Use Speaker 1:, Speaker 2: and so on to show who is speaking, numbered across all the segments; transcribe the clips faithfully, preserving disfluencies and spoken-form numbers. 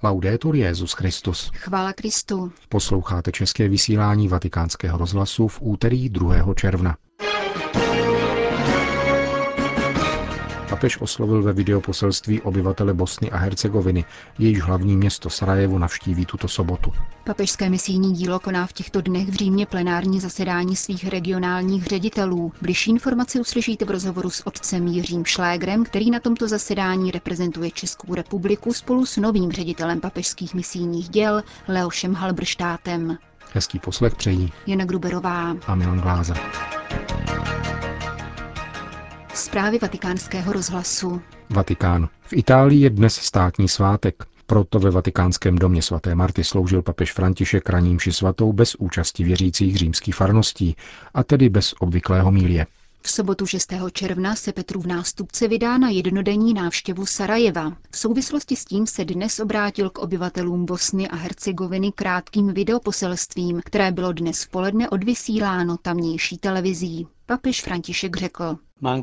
Speaker 1: Laudetur Jesus Christus.
Speaker 2: Chvála Kristu.
Speaker 1: Posloucháte české vysílání Vatikánského rozhlasu v úterý druhého června. Papež oslovil ve videoposelství obyvatele Bosny a Hercegoviny, jejíž hlavní město Sarajevo navštíví tuto sobotu.
Speaker 2: Papežské misijní dílo koná v těchto dnech v Římě plenární zasedání svých regionálních ředitelů. Bližší informaci uslyšíte v rozhovoru s otcem Jiřím Šlégrem, který na tomto zasedání reprezentuje Českou republiku spolu s novým ředitelem papežských misijních děl Leošem Halbrštátem.
Speaker 1: Hezký poslech přejí
Speaker 2: Jana Gruberová
Speaker 1: a Milan Glázer.
Speaker 2: Zprávy Vatikánského rozhlasu.
Speaker 1: Vatikán. V Itálii je dnes státní svátek. Proto ve Vatikánském domě svaté Marty sloužil papež František ranní mši svatou bez účasti věřících římských farností, a tedy bez obvyklé homilie.
Speaker 2: V sobotu šestého června se Petrův nástupce vydá na jednodenní návštěvu Sarajeva. V souvislosti s tím se dnes obrátil k obyvatelům Bosny a Hercegoviny krátkým videoposelstvím, které bylo dnes v poledne odvysíláno tamnější televizí. Papež František řekl: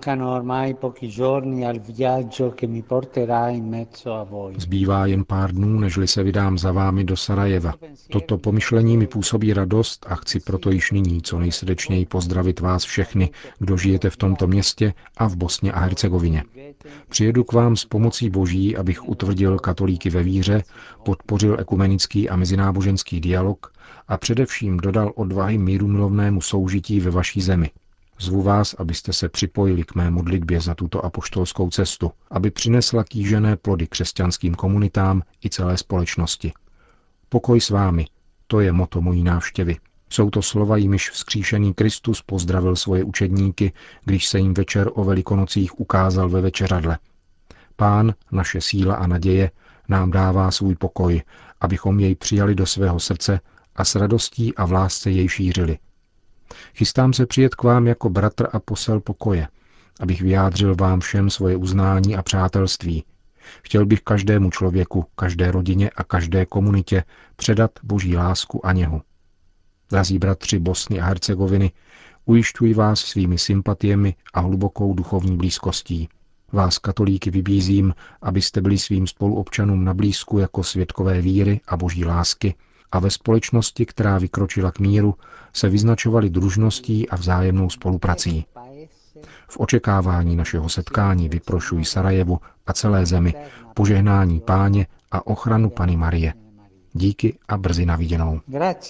Speaker 1: Zbývá jen pár dnů, nežli se vydám za vámi do Sarajeva. Toto pomyšlení mi působí radost a chci proto již nyní co nejsrdečněji pozdravit vás všechny, kdo žijete v tomto městě a v Bosně a Hercegovině. Přijedu k vám s pomocí Boží, abych utvrdil katolíky ve víře, podpořil ekumenický a mezináboženský dialog a především dodal odvahy mírumilovnému soužití ve vaší zemi. Zvu vás, abyste se připojili k mé modlitbě za tuto apoštolskou cestu, aby přinesla kýžené plody křesťanským komunitám i celé společnosti. Pokoj s vámi, to je motto mojí návštěvy. Jsou to slova, jimiž vzkříšený Kristus pozdravil svoje učedníky, když se jim večer o Velikonocích ukázal ve večeřadle. Pán, naše síla a naděje, nám dává svůj pokoj, abychom jej přijali do svého srdce a s radostí a v lásce jej šířili. Chystám se přijet k vám jako bratr a posel pokoje, abych vyjádřil vám všem svoje uznání a přátelství. Chtěl bych každému člověku, každé rodině a každé komunitě předat Boží lásku a něhu. Drazí bratři Bosny a Hercegoviny, ujišťuji vás svými sympatiemi a hlubokou duchovní blízkostí. Vás katolíky vybízím, abyste byli svým spoluobčanům na blízku jako svědkové víry a Boží lásky, a ve společnosti, která vykročila k míru, se vyznačovali družností a vzájemnou spoluprací. V očekávání našeho setkání vyprošuji Sarajevu a celé zemi požehnání Páně a ochranu Panny Marie. Díky a brzy na viděnou.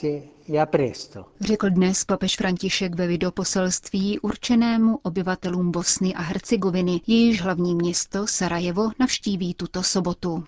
Speaker 2: Řekl dnes papež František ve videoposelství určenému obyvatelům Bosny a Hercegoviny, jejíž hlavní město Sarajevo navštíví tuto sobotu.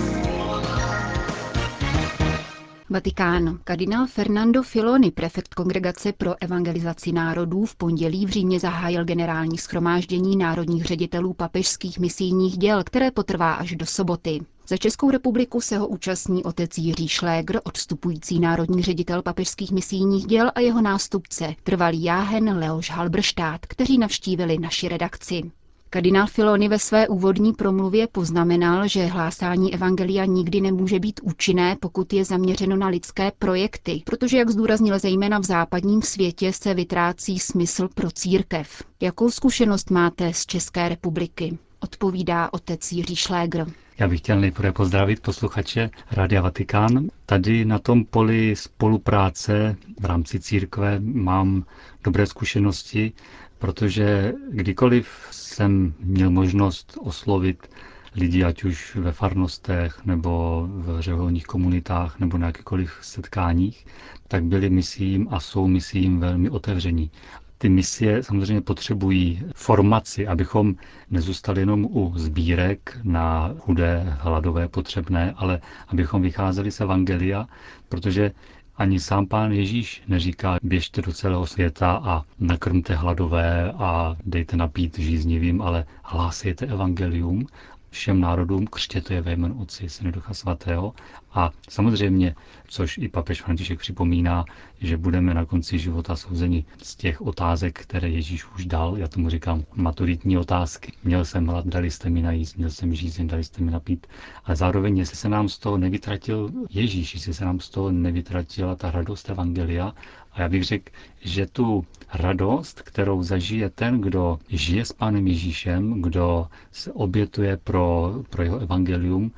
Speaker 2: Vatikán. Kardinál Fernando Filoni, prefekt Kongregace pro evangelizaci národů, v pondělí v Římě zahájil generální shromáždění národních ředitelů papežských misijních děl, které potrvá až do soboty. Za Českou republiku se ho účastní otec Jiří Šlégr, odstupující národní ředitel papežských misijních děl, a jeho nástupce, trvalý jáhen Leoš Halbrštát, kteří navštívili naši redakci. Kardinál Filoni ve své úvodní promluvě poznamenal, že hlásání evangelia nikdy nemůže být účinné, pokud je zaměřeno na lidské projekty, protože, jak zdůraznil, zejména v západním světě se vytrácí smysl pro církev. Jakou zkušenost máte z České republiky? Odpovídá otec Jiří Šlégr.
Speaker 3: Já bych chtěl nejprve pozdravit posluchače Rádia Vatikán. Tady na tom poli spolupráce v rámci církve mám dobré zkušenosti, protože kdykoliv jsem měl možnost oslovit lidi, ať už ve farnostech, nebo v řeholních komunitách, nebo na jakýchkoliv setkáních, tak byli misím a jsou misím velmi otevření. Ty misie samozřejmě potřebují formaci, abychom nezůstali jenom u sbírek na chudé, hladové, potřebné, ale abychom vycházeli z evangelia, protože ani sám Pán Ježíš neříká, běžte do celého světa a nakrmte hladové a dejte napít žíznivým, ale hlásejte evangelium všem národům, křtěte je ve jménu Otce, Syna, Ducha Svatého. A samozřejmě, což i papež František připomíná, že budeme na konci života souzeni z těch otázek, které Ježíš už dal. Já tomu říkám maturitní otázky. Měl jsem hlad, dali jste mi najíst, měl jsem žízeň, dali jste mi napít. Ale zároveň, jestli se nám z toho nevytratil Ježíš, jestli se nám z toho nevytratila ta radost evangelia. A já bych řekl, že tu radost, kterou zažije ten, kdo žije s Pánem Ježíšem, kdo se obětuje pro, pro jeho evangelium,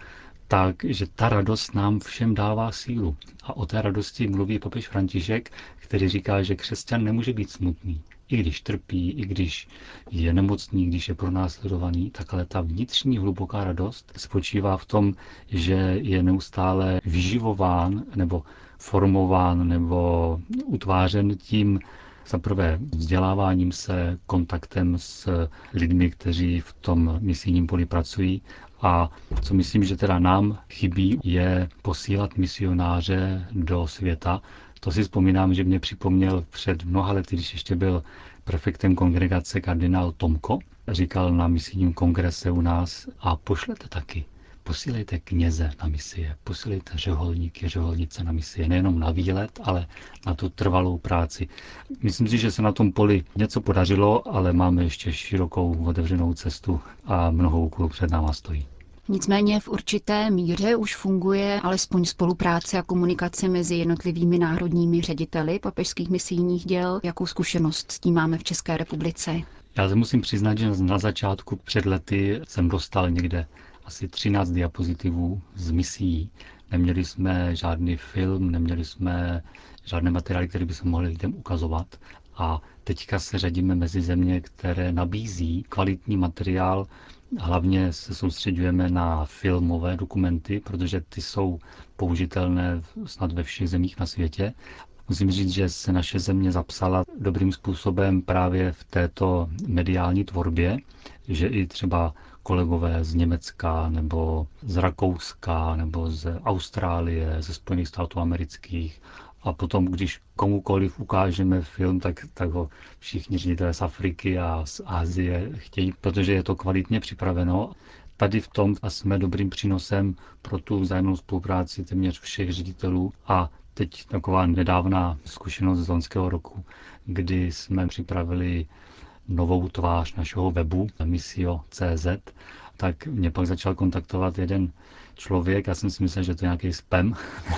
Speaker 3: tak, že ta radost nám všem dává sílu. A o té radosti mluví papež František, který říká, že křesťan nemůže být smutný. I když trpí, i když je nemocný, když je pronásledovaný, tak ale ta vnitřní hluboká radost spočívá v tom, že je neustále vyživován nebo formován nebo utvářen tím za prvé vzděláváním se, kontaktem s lidmi, kteří v tom misijním poli pracují. A co myslím, že teda nám chybí, je posílat misionáře do světa. To si vzpomínám, že mě připomněl před mnoha lety, když ještě byl prefektem kongregace kardinál Tomko. Říkal na misijním kongrese u nás: a pošlete taky. Posílejte kněze na misie, posílejte řeholníky, řeholnice na misie, nejenom na výlet, ale na tu trvalou práci. Myslím si, že se na tom poli něco podařilo, ale máme ještě širokou otevřenou cestu a mnoho úkolů před náma stojí.
Speaker 2: Nicméně v určité míře už funguje alespoň spolupráce a komunikace mezi jednotlivými národními řediteli papežských misijních děl. Jakou zkušenost s tím máme v České republice?
Speaker 3: Já se musím přiznat, že na začátku před lety jsem dostal někde asi třináct diapozitivů z misií. Neměli jsme žádný film, neměli jsme žádné materiály, které by se mohli lidem ukazovat. A teďka se řadíme mezi země, které nabízí kvalitní materiál. Hlavně se soustředujeme na filmové dokumenty, protože ty jsou použitelné snad ve všech zemích na světě. Musím říct, že se naše země zapsala dobrým způsobem právě v této mediální tvorbě, že i třeba kolegové z Německa nebo z Rakouska nebo z Austrálie, ze Spojených států amerických, a potom, když komukoliv ukážeme film, tak, tak ho všichni ředitelé z Afriky a z Asie chtějí, protože je to kvalitně připraveno. Tady v tom a jsme dobrým přínosem pro tu vzájemnou spolupráci téměř všech ředitelů. A teď taková nedávná zkušenost z loňského roku, kdy jsme připravili novou tvář našeho webu misio tečka cé zet, tak mě pak začal kontaktovat jeden člověk, já jsem si myslel, že to je nějaký spam,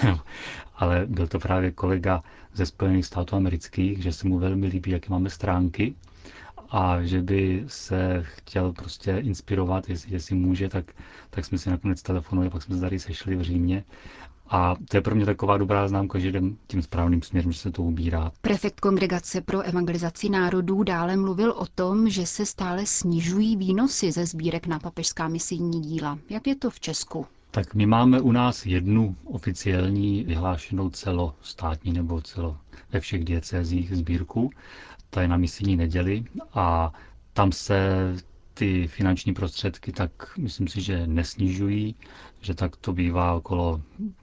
Speaker 3: ale byl to právě kolega ze Spojených států amerických, že se mu velmi líbí, jaké máme stránky a že by se chtěl prostě inspirovat, jestli, jestli může, tak, tak jsme si nakonec telefonovali, pak jsme se tady sešli v Římě. A to je pro mě taková dobrá známka, že jdem tím správným směrem, že se to ubírá.
Speaker 2: Prefekt Kongregace pro evangelizaci národů dále mluvil o tom, že se stále snižují výnosy ze sbírek na papežská misijní díla. Jak je to v Česku?
Speaker 3: Tak my máme u nás jednu oficiální vyhlášenou celostátní nebo celo ve všech diecézích sbírku. Ta je na misijní neděli a tam se ty finanční prostředky tak myslím si, že nesnižují, že tak to bývá okolo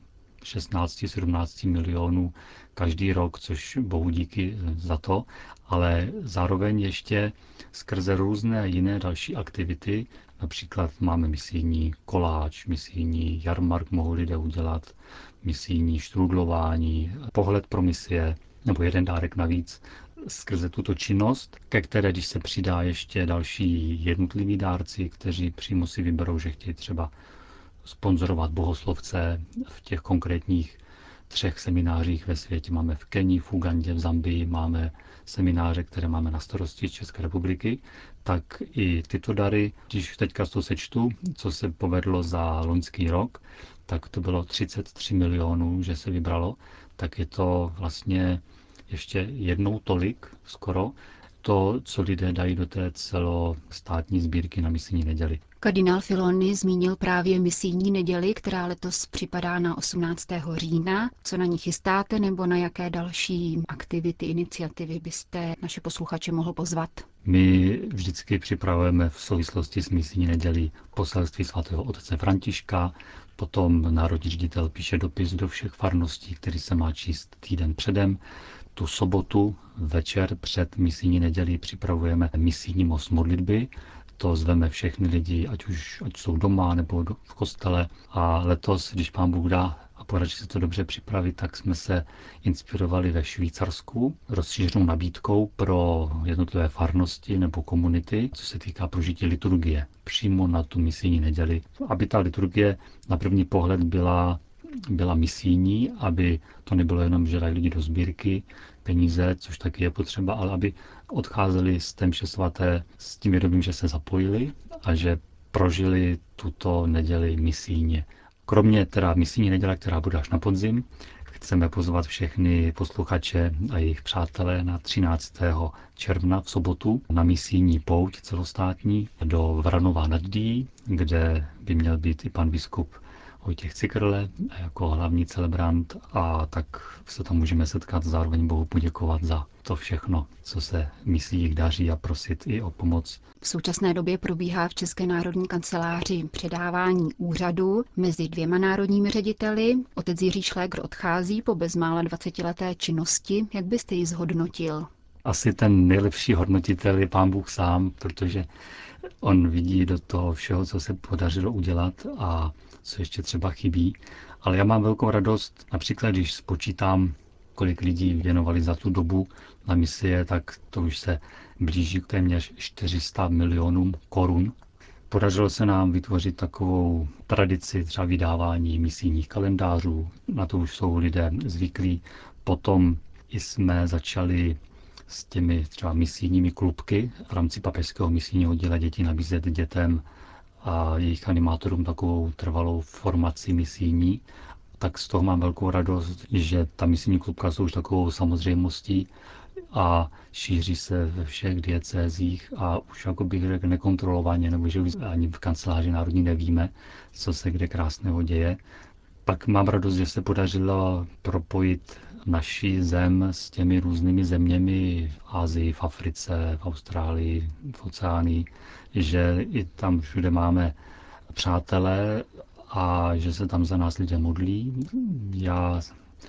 Speaker 3: šestnáct sedmnáct milionů každý rok, což bohu díky za to, ale zároveň ještě skrze různé jiné další aktivity, například máme misijní koláč, misijní jarmark mohou lidé udělat, misijní štrůdlování, pohled pro misie nebo jeden dárek navíc skrze tuto činnost, ke které, když se přidá ještě další jednotliví dárci, kteří přímo si vyberou, že chtějí třeba sponzorovat bohoslovce v těch konkrétních třech seminářích ve světě. Máme v Kenii, v Ugandě, v Zambii, máme semináře, které máme na starosti z České republiky, tak i tyto dary, když teďka to sečtu, co se povedlo za loňský rok, tak to bylo třicet tři milionů, že se vybralo, tak je to vlastně ještě jednou tolik skoro, to, co lidé dají do té celostátní sbírky na misijní neděli.
Speaker 2: Kardinál Filoni zmínil právě misijní neděli, která letos připadá na osmnáctého října. Co na ní chystáte nebo na jaké další aktivity, iniciativy byste naše posluchače mohl pozvat?
Speaker 3: My vždycky připravujeme v souvislosti s misijní nedělí poselství svatého otce Františka, potom národní ředitel píše dopis do všech farností, který se má číst týden předem. Tu sobotu večer před misijní nedělí připravujeme misijní most modlitby. To zveme všechny lidi, ať už ať jsou doma nebo v kostele. A letos, když pán Bůh dá a podaří se to dobře připravit, tak jsme se inspirovali ve Švýcarsku rozšířenou nabídkou pro jednotlivé farnosti nebo komunity, co se týká prožití liturgie přímo na tu misijní neděli. Aby ta liturgie na první pohled byla byla misijní, aby to nebylo jenom, že dají lidi do sbírky peníze, což taky je potřeba, ale aby odcházeli z té mše svaté s tím vědomím, že se zapojili a že prožili tuto neděli misijně. Kromě teda misijní neděle, která bude až na podzim, chceme pozvat všechny posluchače a jejich přátelé na třináctého června v sobotu na misijní pouť celostátní do Vranova nad Dyjí, kde by měl být i pan biskup Vojtěch Cikrle jako hlavní celebrant, a tak se tam můžeme setkat, zároveň Bohu poděkovat za to všechno, co se misích daří, a prosit i o pomoc.
Speaker 2: V současné době probíhá v České národní kanceláři předávání úřadu mezi dvěma národními řediteli. Otec Jiří Šlégr odchází po bezmála dvacetileté činnosti. Jak byste ji zhodnotil?
Speaker 3: Asi ten nejlepší hodnotitel je Pán Bůh sám, protože on vidí do toho všeho, co se podařilo udělat a co ještě třeba chybí. Ale já mám velkou radost, například když spočítám, kolik lidí věnovali za tu dobu na misie, tak to už se blíží k téměř čtyři sta milionům korun. Podařilo se nám vytvořit takovou tradici třeba vydávání misijních kalendářů, na to už jsou lidé zvyklí. Potom jsme začali s těmi třeba misijními klubky v rámci papežského misijního díla dětí nabízet dětem a jejich animátorům takovou trvalou formaci misijní. Tak z toho mám velkou radost, že ta misijní klubka jsou už takovou samozřejmostí a šíří se ve všech diecézích a už jako bych řekl nekontrolovaně, nebo že ani v kanceláři národní nevíme, co se kde krásného děje. Pak mám radost, že se podařilo propojit naši zem s těmi různými zeměmi v Asii, v Africe, v Austrálii, v Oceánii, že i tam všude máme přátelé a že se tam za nás lidé modlí. Já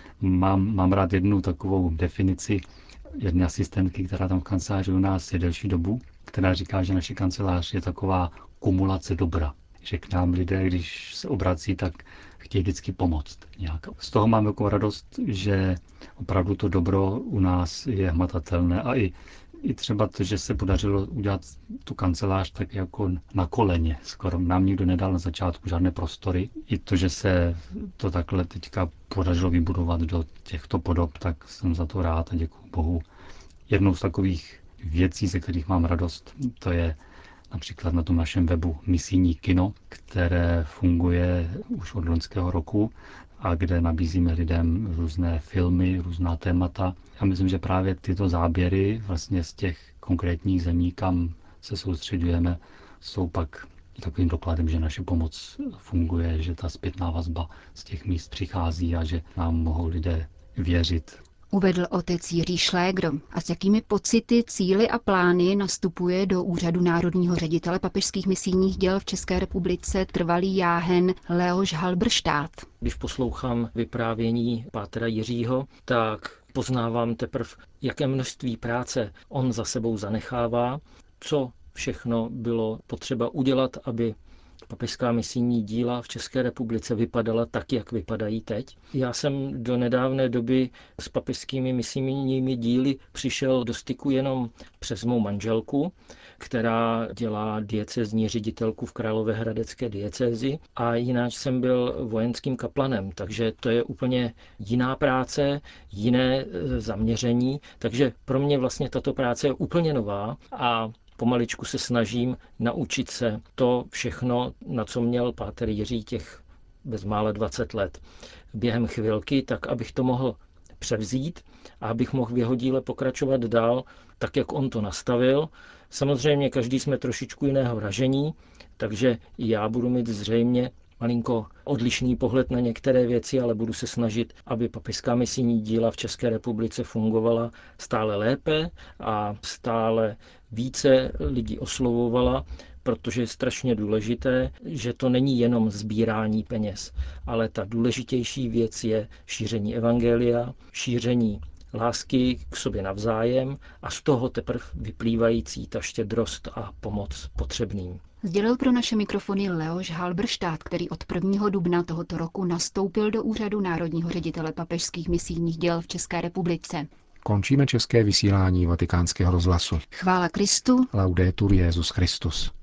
Speaker 3: mám, mám rád jednu takovou definici jedné asistentky, která tam v kanceláři u nás je delší dobu, která říká, že naše kancelář je taková kumulace dobra. Že k nám lidé, když se obrací, tak chtějí vždycky pomoct. Nějak. Z toho mám velkou radost, že opravdu to dobro u nás je hmatatelné a i, i třeba to, že se podařilo udělat tu kancelář tak jako na koleně. Skoro nám nikdo nedal na začátku žádné prostory. I to, že se to takhle teďka podařilo vybudovat do těchto podob, tak jsem za to rád a děkuju Bohu. Jednou z takových věcí, ze kterých mám radost, to je například na tom našem webu misijní kino, které funguje už od loňského roku a kde nabízíme lidem různé filmy, různá témata. Já myslím, že právě tyto záběry vlastně z těch konkrétních zemí, kam se soustředujeme, jsou pak takovým dokladem, že naše pomoc funguje, že ta zpětná vazba z těch míst přichází a že nám mohou lidé věřit.
Speaker 2: Uvedl otec Jiří Šlégr. A s jakými pocity, cíli a plány nastupuje do úřadu národního ředitele papežských misijních děl v České republice trvalý jáhen Leoš Halberštát?
Speaker 4: Když poslouchám vyprávění pátera Jiřího, tak poznávám teprve, jaké množství práce on za sebou zanechává, co všechno bylo potřeba udělat, aby papežská misijní díla v České republice vypadala tak, jak vypadají teď. Já jsem do nedávné doby s papežskými misijními díly přišel do styku jenom přes mou manželku, která dělá diecézní ředitelku v Královéhradecké diecézi, a jinak jsem byl vojenským kaplanem, takže to je úplně jiná práce, jiné zaměření, takže pro mě vlastně tato práce je úplně nová a pomaličku se snažím naučit se to všechno, na co měl páter Jiří těch bezmála dvacet let během chvilky, tak abych to mohl převzít a abych mohl v jeho díle pokračovat dál, tak jak on to nastavil. Samozřejmě každý jsme trošičku jiného ražení, takže já budu mít zřejmě malinko odlišný pohled na některé věci, ale budu se snažit, aby papežská misijní díla v České republice fungovala stále lépe a stále více lidí oslovovala, protože je strašně důležité, že to není jenom sbírání peněz, ale ta důležitější věc je šíření evangelia, šíření lásky k sobě navzájem a z toho teprve vyplývající ta štědrost a pomoc potřebným.
Speaker 2: Sdělil pro naše mikrofony Leoš Halberštát, který od prvního dubna tohoto roku nastoupil do úřadu národního ředitele papežských misijních děl v České republice.
Speaker 1: Končíme české vysílání Vatikánského rozhlasu.
Speaker 2: Chvála Kristu.
Speaker 1: Laudetur Jesus Christus.